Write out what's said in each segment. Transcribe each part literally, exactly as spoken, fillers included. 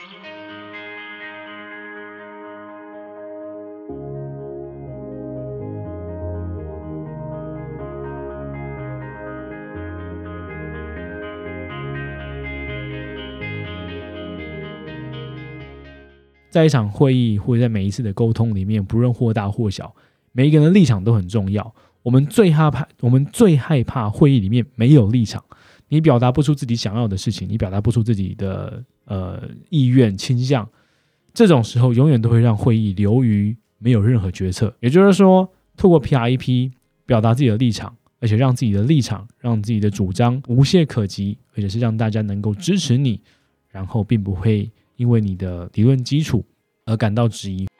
在一场会议或者在每一次的沟通里面，不论或大或小，每一个人的立场都很重要。我们最害怕，我们最害怕会议里面没有立场，你表达不出自己想要的事情，你表达不出自己的呃意愿倾向，这种时候永远都会让会议流于没有任何决策。也就是说，透过 P R E P 表达自己的立场，而且让自己的立场、让自己的主张无懈可击，而且是让大家能够支持你，然后并不会因为你的理论基础而感到质疑。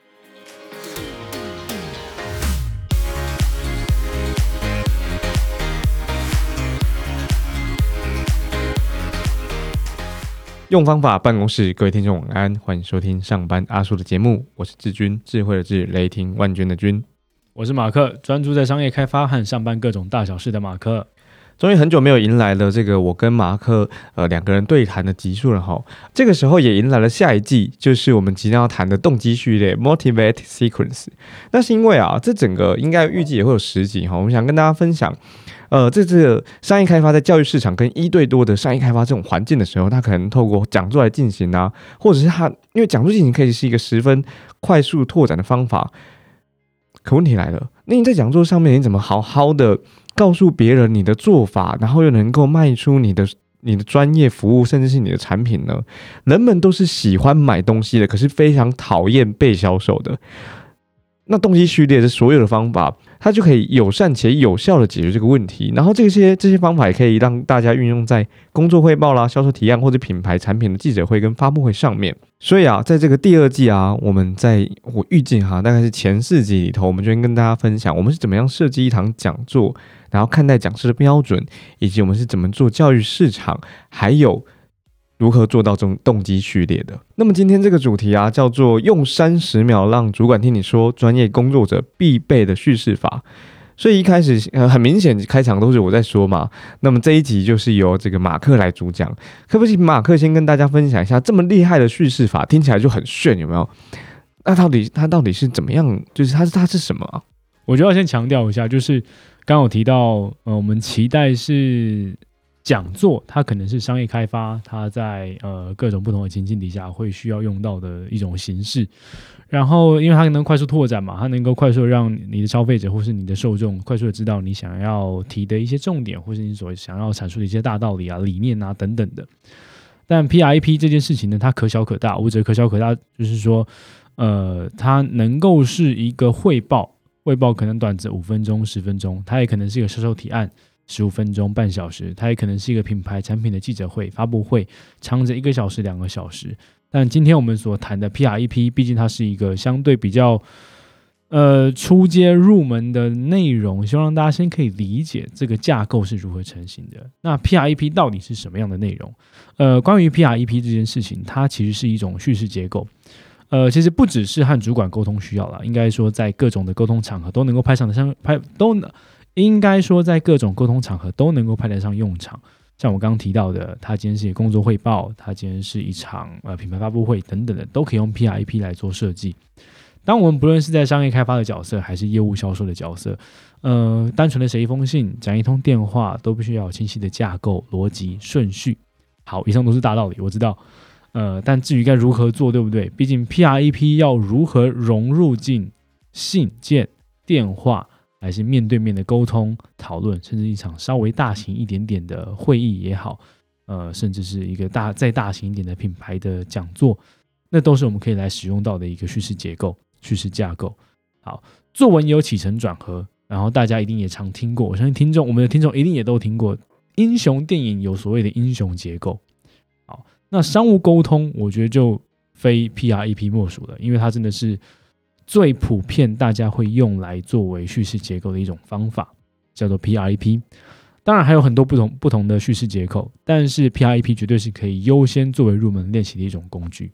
用方法办公室，各位听众晚安，欢迎收听上班阿叔的节目，我是志军，智慧的智，雷霆万钧的钧。 我是马克，专注在商业开发和上班各种大小事的马克。 终于很久没有迎来了这个我跟马克呃两个人对谈的集数了齁。这个时候也迎来了下一季，就是我们即将要谈的动机序列 Motivate Sequence。那是因为啊，这整个应该预计也会有十集齁，我们想跟大家分享。呃，这次商业开发在教育市场跟一对多的商业开发这种环境的时候，它可能透过讲座来进行啊，或者是它因为讲座进行可以是一个十分快速拓展的方法。可问题来了，那你在讲座上面你怎么好好的告诉别人你的做法，然后又能够卖出你的你的专业服务，甚至是你的产品呢？人们都是喜欢买东西的，可是非常讨厌被销售的。那动机序列的所有的方法，它就可以友善且有效的解决这个问题。然后这些这些方法也可以让大家运用在工作汇报啦、销售提案或者品牌产品的记者会跟发布会上面。所以啊，在这个第二季啊，我们在我预计哈，大概是前四集里头，我们就会跟大家分享我们是怎么样设计一堂讲座，然后看待讲师的标准，以及我们是怎么做教育市场，还有如何做到这种动机序列的。那么今天这个主题啊，叫做用三十秒让主管听你说，专业工作者必备的叙事法。所以一开始、呃、很明显开场都是我在说嘛，那么这一集就是由这个马克来主讲。可不可以马克先跟大家分享一下这么厉害的叙事法，听起来就很炫，有没有？那到底它到底是怎么样，就是它它是什么啊？ 我就要先强调一下，就是刚刚有提到呃，我们期待是讲座，它可能是商业开发，它在呃各种不同的情境底下会需要用到的一种形式。然后，因为它能快速拓展嘛，它能够快速让你的消费者或是你的受众快速的知道你想要提的一些重点，或是你所想要阐述的一些大道理啊、理念啊等等的。但 P R E P 这件事情呢，它可小可大。我指的可小可大，就是说，呃，它能够是一个汇报，汇报可能短则五分钟、十分钟，它也可能是一个销售提案。十五分钟、半小时，它也可能是一个品牌产品的记者会、发布会，长则一个小时、两个小时。但今天我们所谈的 P R E P， 毕竟它是一个相对比较呃初阶入门的内容，希望让大家先可以理解这个架构是如何成型的。那 P R E P 到底是什么样的内容？呃，关于 P R E P 这件事情，它其实是一种叙事结构。呃，其实不只是和主管沟通需要啦，应该说在各种的沟通场合都能够派上的上派都能。应该说，在各种沟通场合都能够派得上用场。像我刚刚提到的，他今天是一个工作汇报，他今天是一场呃品牌发布会等等的，都可以用 P R E P 来做设计。当我们不论是在商业开发的角色，还是业务销售的角色，呃，单纯的写一封信、讲一通电话，都必须要有清晰的架构、逻辑、顺序。好，以上都是大道理，我知道。呃，但至于该如何做，对不对？毕竟 P R E P 要如何融入进信件、电话。还是面对面的沟通讨论，甚至一场稍微大型一点点的会议也好，呃，甚至是一个大再大型一点的品牌的讲座，那都是我们可以来使用到的一个叙事结构、叙事架构。好，作文也有起承转合，然后大家一定也常听过，我相信听众我们的听众一定也都听过，英雄电影有所谓的英雄结构。好，那商务沟通，我觉得就非 P R E P 莫属了，因为它真的是最普遍大家会用来作为叙事结构的一种方法，叫做 P R E P。 当然还有很多不同不同的叙事结构，但是 P R E P 绝对是可以优先作为入门练习的一种工具。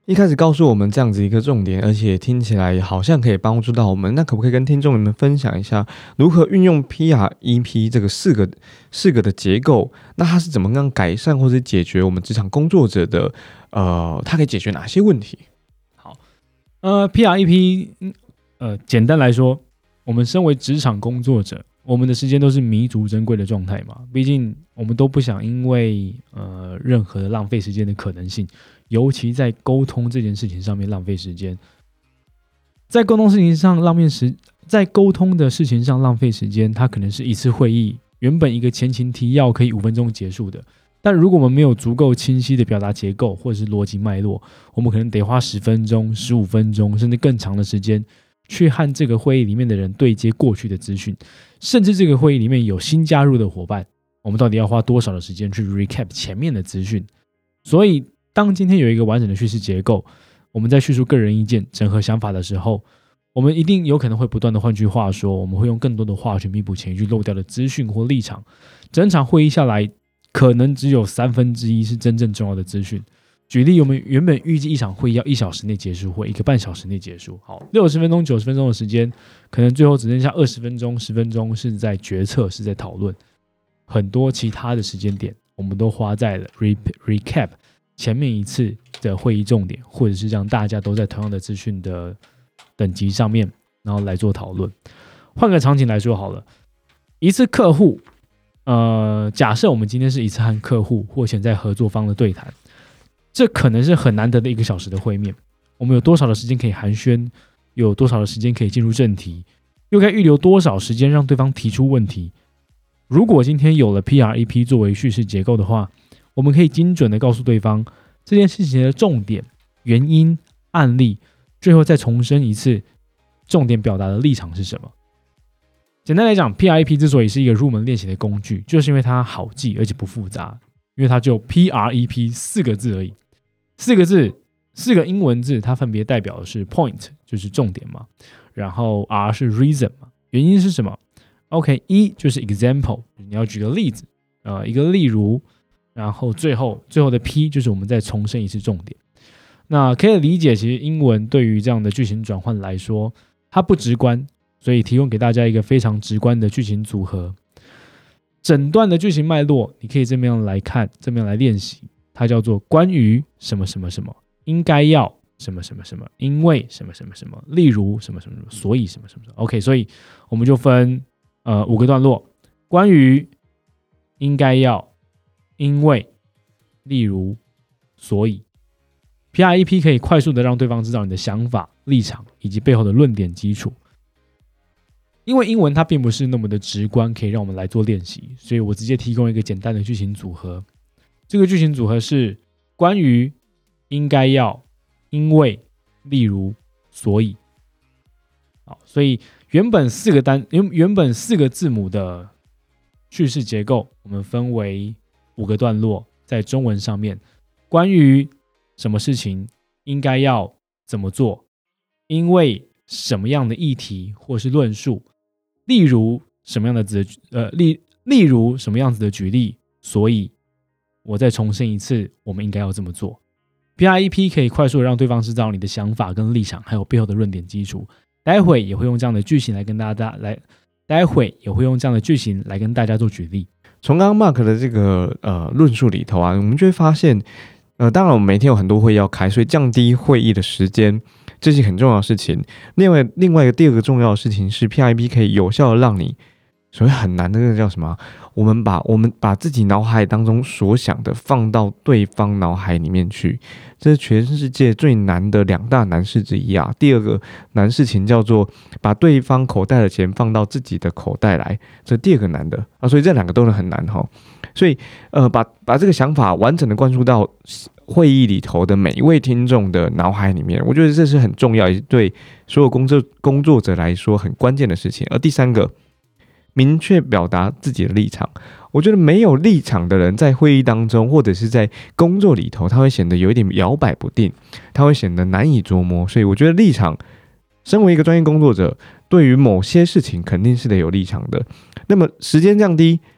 一开始告诉我们这样子一个重点，而且听起来好像可以帮助到我们，那可不可以跟听众们分享一下，如何运用 P R E P 这个四个四个的结构？那它是怎么样改善或者解决我们职场工作者的呃，它可以解决哪些问题？ 好，呃 ，P R E P， 呃，简单来说，我们身为职场工作者，我们的时间都是弥足珍贵的状态嘛，毕竟我们都不想因为呃任何的浪费时间的可能性。尤其在沟通这件事情上面浪费时间，在沟通事情上浪费时，在沟通的事情上浪费时间，它可能是一次会议原本一个前情提要可以五分钟结束的，但如果我们没有足够清晰的表达结构或者是逻辑脉络，我们可能得花十分钟、十五分钟甚至更长的时间去和这个会议里面的人对接过去的资讯，甚至这个会议里面有新加入的伙伴，我们到底要花多少的时间去 recap 前面的资讯？所以当今天有一个完整的叙事结构，我们在叙述个人意见、整合想法的时候，我们一定有可能会不断的换句话说，我们会用更多的话去弥补前一句漏掉的资讯或立场。整场会议下来，可能只有三分之一是真正重要的资讯。举例，我们原本预计一场会议要一小时内结束，或一个半小时内结束。好，六十分钟、九十分钟的时间，可能最后只剩下二十分钟、十分钟是在决策，是在讨论。很多其他的时间点，我们都花在了 recap。前面一次的会议重点，或者是让大家都在同样的资讯的等级上面，然后来做讨论。换个场景来说好了，一次客户，呃，假设我们今天是一次和客户或潜在合作方的对谈，这可能是很难得的一个小时的会面。我们有多少的时间可以寒暄？有多少的时间可以进入正题？又该预留多少时间让对方提出问题？如果今天有了 P R E P 作为叙事结构的话，我们可以精准的告诉对方这件事情的重点、原因、案例，最后再重申一次重点表达的立场是什么。简单来讲 ，P R E P 之所以是一个入门练习的工具，就是因为它好记而且不复杂，因为它就 P R E P 四个字而已，四个字，四个英文字，它分别代表的是 point， 就是重点嘛，然后 R 是 reason 嘛，原因是什么 ？OK，E 就是 example， 你要举个例子，呃，一个例如。然后最后最后的 P 就是我们再重申一次重点。那可以理解，其实英文对于这样的句型转换来说，它不直观，所以提供给大家一个非常直观的句型组合。整段的句型脉络，你可以这么样来看，这么样来练习，它叫做关于什么什么什么，应该要什么什么什么，因为什么什么什么，例如什么什么什么，所以什么什么什么。OK， 所以我们就分呃五个段落，关于、应该要。因为，例如，所以 ，P R E P 可以快速的让对方知道你的想法、立场以及背后的论点基础。因为英文它并不是那么的直观，可以让我们来做练习，所以我直接提供一个简单的句型组合。这个句型组合是关于、应该要、因为、例如、所以。好，所以原本四个单原原本四个字母的叙事结构，我们分为五个段落，在中文上面，关于什么事情应该要怎么做，因为什么样的议题或是论述，例如什么样的子呃例例如什么样子的举例，所以我再重申一次，我们应该要这么做。P R E P 可以快速的让对方知道你的想法跟立场，还有背后的论点基础。待会也会用这样的句型来跟大家来，待会也会用这样的句型来跟大家做举例。 从刚刚 Mark 的这个呃论述里头啊，我们就会发现，呃，当然我们每天有很多会议要开，所以降低会议的时间，这是很重要的事情。另外，另外一个第二个重要的事情是 P R E P 可以有效的让你，所谓很难的那个叫什么？我们把我们把自己脑海当中所想的放到对方脑海里面去，这是全世界最难的两大难事之一啊。第二个难事情叫做把对方口袋的钱放到自己的口袋来，这第二个难的啊。所以这两个都是很难哈。所以呃，把把这个想法完整的灌输到会议里头的每一位听众的脑海里面，我觉得这是很重要，也对所有工作工作者来说很关键的事情。而第三个，明确表达自己的立场。我觉得没有立场的人在会议当中或者是在工作里头，他会显得有一点摇摆不定，他会显得难以捉摸。所以我觉得立场，身为一个专业工作者，对于某些事情肯定是得有立场的。那么时间降低，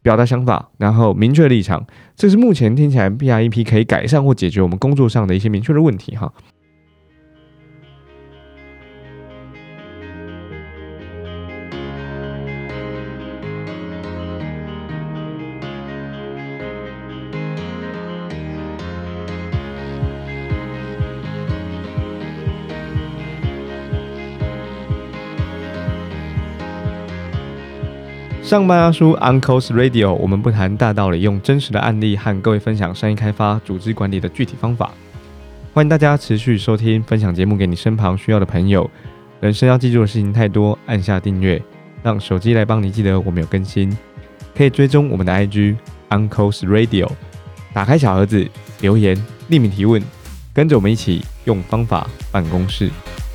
表达想法，然后明确立场，这是目前听起来 P R E P 可以改善或解决我们工作上的一些明确的问题哈。上班阿叔 Uncle's Radio， 我们不谈大道理，用真实的案例和各位分享商业开发、组织管理的具体方法。欢迎大家持续收听，分享节目给你身旁需要的朋友。人生要记住的事情太多，按下订阅，让手机来帮你记得我们有更新。可以追踪我们的 I G Uncle's Radio， 打开小盒子留言，匿名提问，跟着我们一起用方法办公室。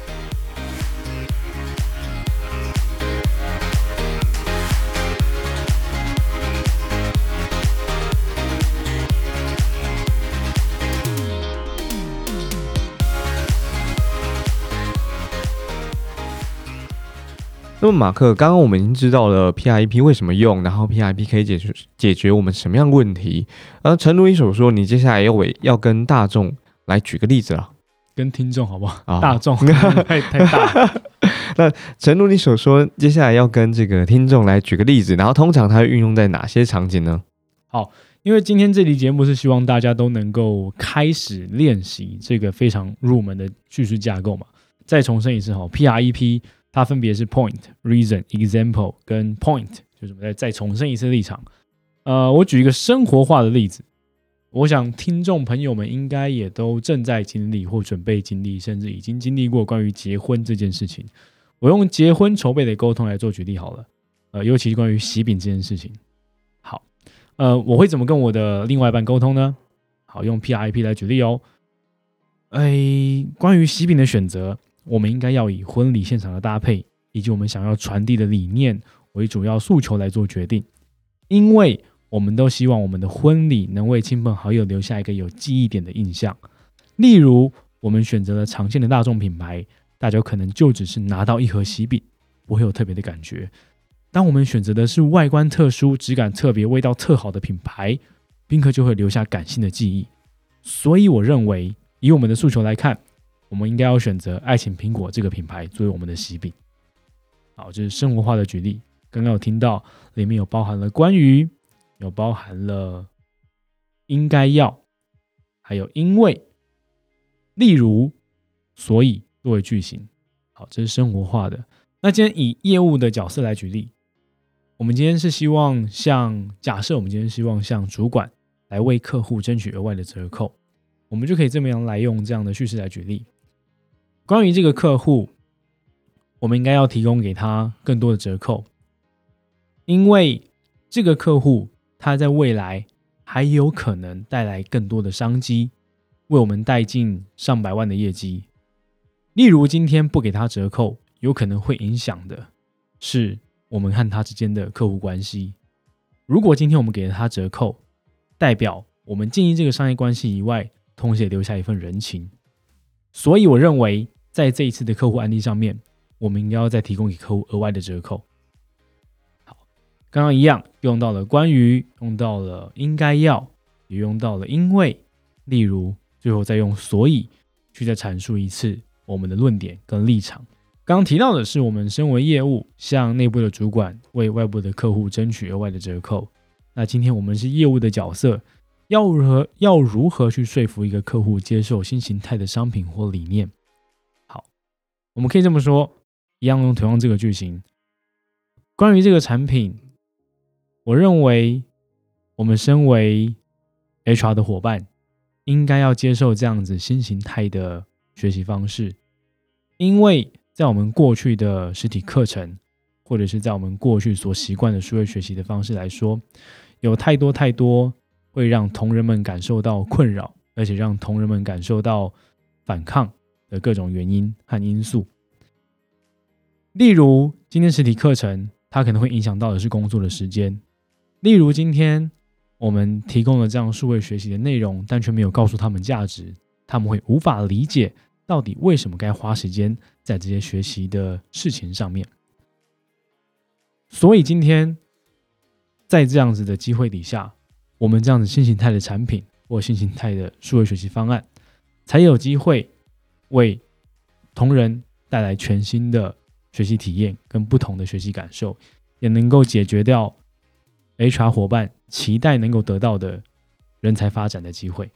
那么马克，刚刚我们已经知道了 P R E P 为什么用，然后 P R E P 可以解决解决我们什么样的问题。而诚如你所说，你接下来要为要跟大众来举个例子了， 跟听众好不好？ 哦、 大众太太大了。 那诚如你所说，接下来要跟这个听众来举个例子，然后通常它会运用在哪些场景呢？ 好，因为今天这期节目是希望大家都能够开始练习这个非常入门的叙事架构嘛。再重申一次哈 ，P R E P。它分别是 point、reason、example 跟 point， 就是我们再再重申一次立场。呃，我举一个生活化的例子，我想听众朋友们应该也都正在经历或准备经历，甚至已经经历过关于结婚这件事情。我用结婚筹备的沟通来做举例好了，呃，尤其是关于喜饼这件事情。好，呃，我会怎么跟我的另外一半沟通呢？好，用 P R E P 来举例哦。哎，关于喜饼的选择。我们应该要以婚礼现场的搭配以及我们想要传递的理念为主要诉求来做决定，因为我们都希望我们的婚礼能为亲朋好友留下一个有记忆点的印象。例如我们选择了常见的大众品牌，大家可能就只是拿到一盒喜饼，不会有特别的感觉。当我们选择的是外观特殊、质感特别、味道特好的品牌，宾客就会留下感性的记忆。所以我认为以我们的诉求来看，我们应该要选择爱情苹果这个品牌作为我们的喜饼。好，这是生活化的举例。刚刚有听到里面有包含了关于，有包含了应该要，还有因为，例如，所以作为句型。好，这是生活化的。那今天以业务的角色来举例，我们今天是希望像假设我们今天希望向主管来为客户争取额外的折扣，我们就可以这么样来用这样的叙事来举例。关于这个客户，我们应该要提供给他更多的折扣，因为这个客户他在未来还有可能带来更多的商机，为我们带进上百万的业绩。例如今天不给他折扣，有可能会影响的是我们和他之间的客户关系。如果今天我们给了他折扣，代表我们经营这个商业关系以外，同时也留下一份人情。所以我认为在这一次的客户案例上面，我们应该要再提供给客户额外的折扣。好，刚刚一样用到了关于，用到了应该要，也用到了因为，例如最后再用所以去再阐述一次我们的论点跟立场。刚刚提到的是我们身为业务向内部的主管为外部的客户争取额外的折扣，那今天我们是业务的角色，要如何要如何去说服一个客户接受新形态的商品或理念？好，我们可以这么说，一样用同样这个句型。关于这个产品，我认为我们身为 H R 的伙伴，应该要接受这样子新形态的学习方式，因为在我们过去的实体课程，或者是在我们过去所习惯的数位学习的方式来说，有太多太多会让同仁们感受到困扰，而且让同仁们感受到反抗的各种原因和因素。例如今天实体课程它可能会影响到的是工作的时间，例如今天我们提供了这样数位学习的内容，但却没有告诉他们价值，他们会无法理解到底为什么该花时间在这些学习的事情上面。所以今天在这样子的机会底下，我们这样子新形态的产品或新形态的数位学习方案，才有机会为同仁带来全新的学习体验跟不同的学习感受，也能够解决掉 H R 伙伴期待能够得到的人才发展的机会。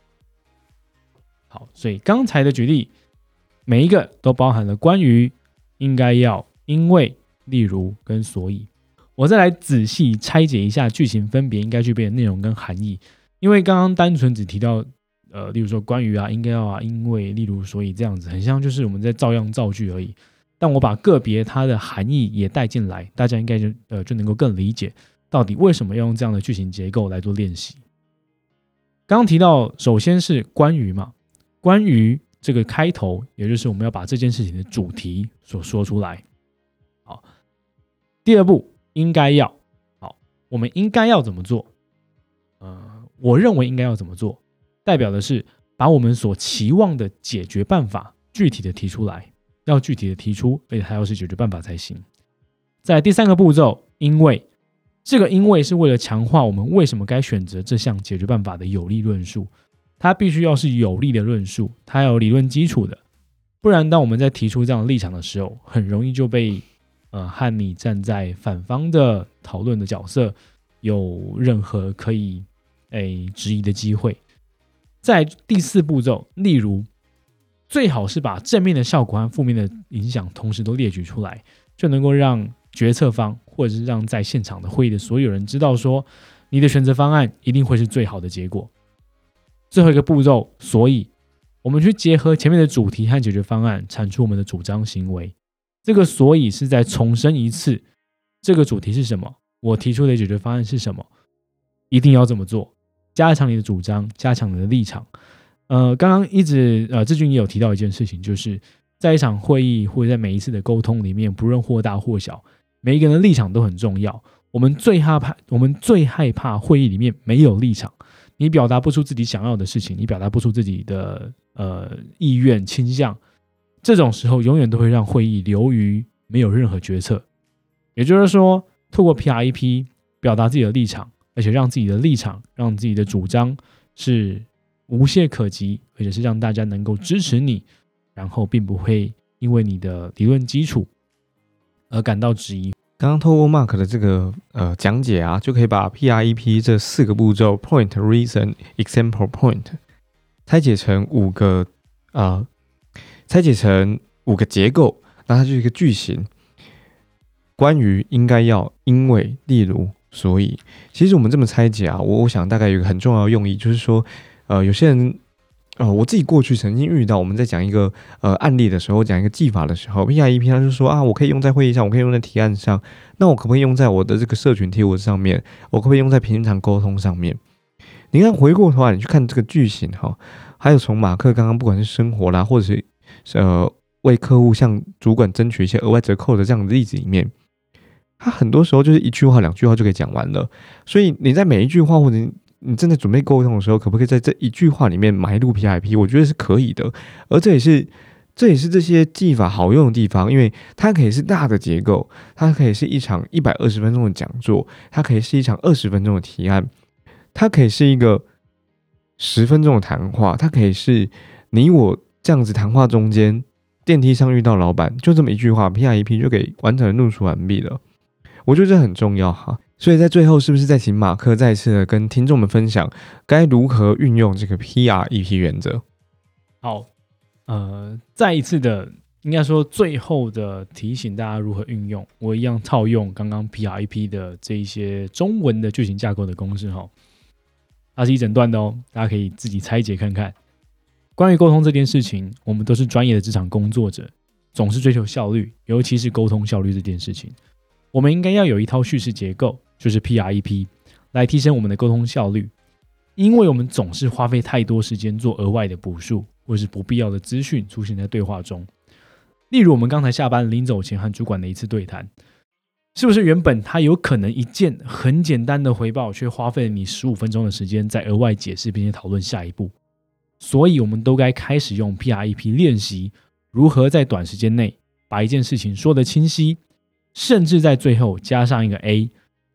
好，所以刚才的举例每一个都包含了关于、应该要、因为、例如跟所以。我再来仔细拆解一下句型分别应该具备的内容跟含义，因为刚刚单纯只提到呃，例如说关于啊、应该要啊、因为、例如所以这样子，很像就是我们在照样造句而已。但我把个别它的含义也带进来，大家应该就呃就能够更理解到底为什么要用这样的句型结构来做练习。刚刚提到，首先是关于嘛，关于这个开头，也就是我们要把这件事情的主题所说出来。好，第二步应该要，好，我们应该要怎么做？呃，我认为应该要怎么做，代表的是把我们所期望的解决办法具体的提出来，要具体的提出，而且它要是解决办法才行。再来第三个步骤，因为这个因为是为了强化我们为什么该选择这项解决办法的有力论述，它必须要是有力的论述，它要有理论基础的，不然当我们在提出这样的立场的时候，很容易就被呃和你站在反方的讨论的角色有任何可以诶质疑的机会。在第四步骤，例如最好是把正面的效果和负面的影响同时都列举出来，就能够让决策方或者是让在现场的会议的所有人知道说，你的选择方案一定会是最好的结果。最后一个步骤，所以我们去结合前面的主题和解决方案，产出我们的主张行为。这个所以是在重申一次，这个主题是什么，我提出的解决方案是什么，一定要这么做，加强你的主张，加强你的立场。呃，刚刚一直呃志军也有提到一件事情，就是在一场会议或者在每一次的沟通里面，不论或大或小，每一个人的立场都很重要。我们最害怕，我们最害怕会议里面没有立场，你表达不出自己想要的事情，你表达不出自己的呃意愿倾向，这种时候永远都会让会议流于没有任何决策。也就是说，透过 P R E P 表达自己的立场，而且让自己的立场、让自己的主张是无懈可击，而且是让大家能够支持你，然后并不会因为你的理论基础而感到质疑。 刚刚透过 Mark 的这个呃讲解啊，就可以把 P R E P 这四个步骤 Point, Reason, Example, Point 拆解成五个呃拆解成五个结构，那它就是一个句型。关于、应该要、因为、例如、所以。其实我们这么拆解啊，我我想大概有一个很重要的用意，就是说，呃，有些人。呃，我自己过去曾经遇到，我们在讲一个呃案例的时候，讲一个技法的时候 ，P R E P 他就说啊，我可以用在会议上，我可以用在提案上，那我可不可以用在我的这个社群贴文上面？我可不可以用在平常沟通上面？你看回过头来，你去看这个句型哈，还有从马克刚刚不管是生活啦，或者是呃为客户向主管争取一些额外折扣的这样的例子里面，他很多时候就是一句话、两句话就可以讲完了。所以你在每一句话或者你正在准备沟通的时候，可不可以在这一句话里面埋入 P R E P？ 我觉得是可以的，而这也是这也是这些技法好用的地方，因为它可以是大的结构，它可以是一场一百二十分钟的讲座，它可以是一场二十分钟的提案，它可以是一个十分钟的谈话，它可以是你我这样子谈话中间电梯上遇到老板，就这么一句话 ，P R E P 就给完整的论述完毕了。我觉得这很重要哈。所以在最后，是不是再请马克再次的跟听众们分享该如何运用这个 P R E P 原则？ 好，呃，再一次的，应该说最后的提醒大家如何运用，我一样套用刚刚 P R E P 的这一些中文的句型架构的公式哈，它是一整段的哦，大家可以自己拆解看看。关于沟通这件事情，我们都是专业的职场工作者，总是追求效率，尤其是沟通效率这件事情，我们应该要有一套叙事结构。就是 P R E P 来提升我们的沟通效率，因为我们总是花费太多时间做额外的补述，或是不必要的资讯出现在对话中。例如我们刚才下班临走前和主管的一次对谈，是不是原本他有可能一件很简单的回报，却花费了你十五分钟的时间在额外解释并且讨论下一步？所以我们都该开始用 P R E P 练习如何在短时间内把一件事情说得清晰，甚至在最后加上一个 A，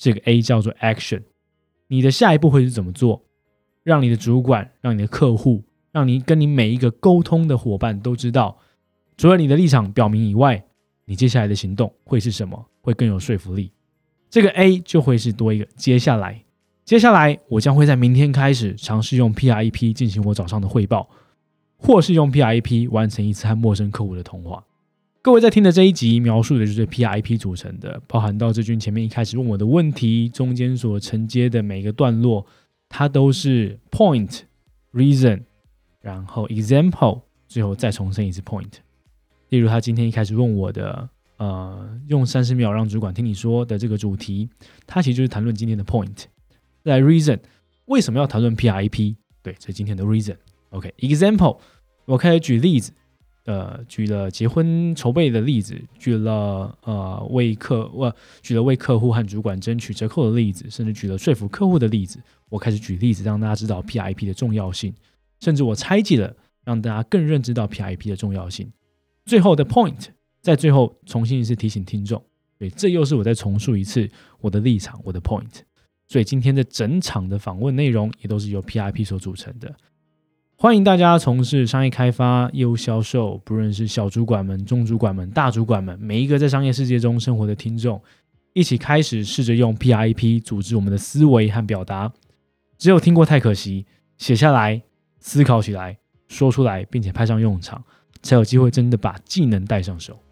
这个 A 叫做 action。你的下一步会是怎么做？让你的主管、让你的客户、让你跟你每一个沟通的伙伴都知道，除了你的立场表明以外，你接下来的行动会是什么，会更有说服力。这个 A 就会是多一个接下来。接下来我将会在明天开始尝试用 P R E P 进行我早上的汇报，或是用 P R E P 完成一次和陌生客户的通话。各位在听的这一集描述的就是 P R E P 组成的，包含到志军前面一开始问我的问题，中间所承接的每个段落，它都是 point、reason， 然后 example， 最后再重申一次 point。例如他今天一开始问我的呃，用三十秒让主管听你说的这个主题，它其实就是谈论今天的 point。再来 reason， 为什么要谈论 P R E P？ 对，这是今天的 reason。OK，example， 我开始举例子。呃，举了结婚筹备的例子，举了呃为客，呃举了为客户和主管争取折扣的例子，甚至举了说服客户的例子。我开始举例子，让大家知道 P R E P 的重要性，甚至我拆解了，让大家更认知到 P R E P 的重要性。最后的 point， 在最后重新一次提醒听众，对，这又是我再重述一次我的立场，我的 point。所以今天的整场的访问内容也都是由 P R E P 所组成的。欢迎大家从事商业开发、业务销售，不论是小主管们、中主管们、大主管们，每一个在商业世界中生活的听众，一起开始试着用 P R E P 组织我们的思维和表达。只有听过太可惜，写下来、思考起来、说出来，并且派上用场，才有机会真的把技能带上手。